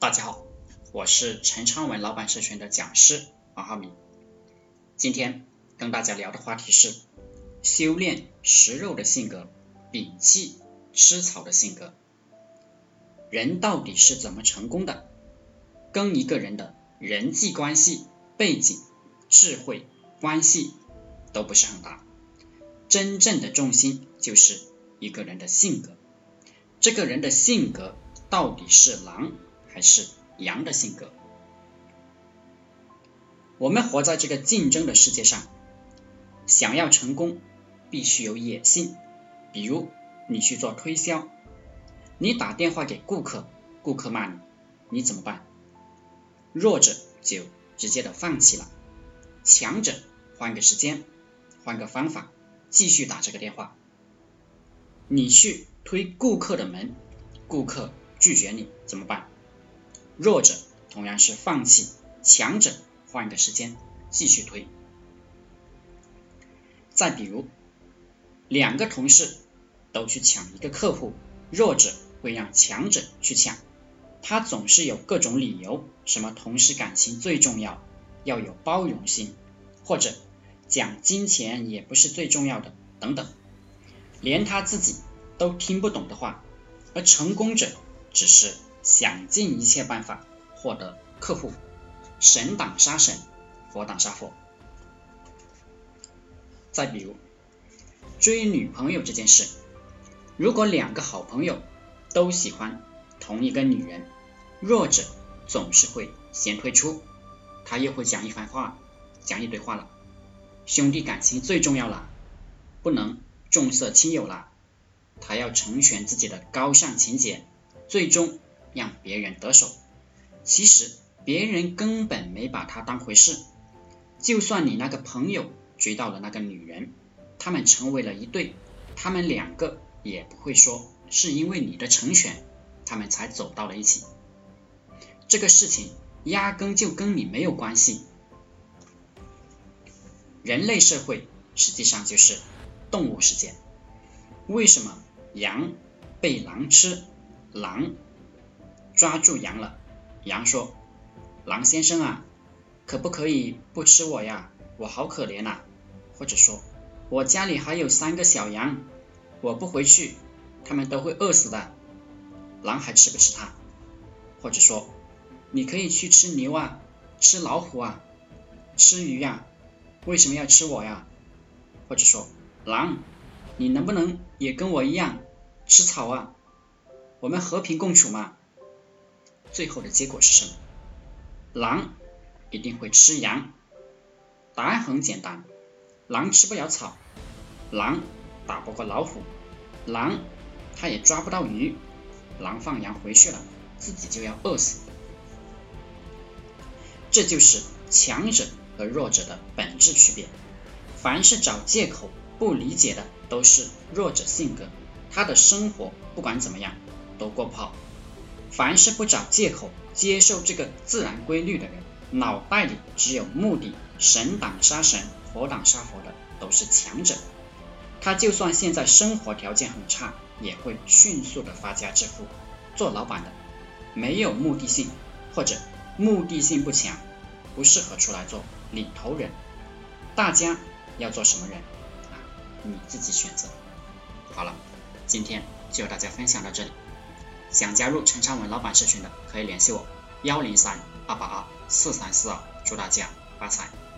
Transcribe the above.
大家好，我是陈昌文老板社群的讲师王浩明。今天跟大家聊的话题是修炼食肉的性格，摒弃吃草的性格。人到底是怎么成功的？跟一个人的人际关系、背景、智慧、关系都不是很大，真正的重心就是一个人的性格。这个人的性格到底是狼还是羊的性格？我们活在这个竞争的世界上，想要成功必须有野性。比如你去做推销，你打电话给顾客，顾客骂你，你怎么办？弱者就直接的放弃了，强者换个时间，换个方法，继续打这个电话。你去推顾客的门，顾客拒绝你怎么办？弱者同样是放弃，强者换个时间继续推。再比如两个同事都去抢一个客户，弱者会让强者去抢，他总是有各种理由，什么同事感情最重要，要有包容心，或者讲金钱也不是最重要的等等，连他自己都听不懂的话。而成功者只是想尽一切办法获得客户，神挡杀神，佛挡杀佛。再比如追女朋友这件事，如果两个好朋友都喜欢同一个女人，弱者总是会先退出，他又会讲一堆话了，兄弟感情最重要了，不能重色轻友了，他要成全自己的高尚情节，最终让别人得手。其实别人根本没把他当回事，就算你那个朋友追到了那个女人，他们成为了一对，他们两个也不会说是因为你的成全他们才走到了一起，这个事情压根就跟你没有关系。人类社会实际上就是动物世界，为什么羊被狼吃，狼抓住羊了，羊说，狼先生啊，可不可以不吃我呀，我好可怜啊，或者说我家里还有3个小羊，我不回去他们都会饿死的，狼还吃不吃它？或者说你可以去吃牛啊，吃老虎啊，吃鱼啊，为什么要吃我呀？或者说狼，你能不能也跟我一样吃草啊，我们和平共处嘛。最后的结果是什么？狼一定会吃羊。答案很简单，狼吃不了草，狼打不过老虎，狼他也抓不到鱼，狼放羊回去了，自己就要饿死。这就是强者和弱者的本质区别。凡是找借口不理解的都是弱者性格，他的生活不管怎么样都过不好。凡是不找借口接受这个自然规律的人，脑袋里只有目的，神挡杀神，佛挡杀佛的都是强者。他就算现在生活条件很差，也会迅速的发家致富。做老板的没有目的性，或者目的性不强，不适合出来做领头人。大家要做什么人你自己选择。好了，今天就和大家分享到这里，想加入陈昌文老板社群的可以联系我，103-282-4342，祝大家发财。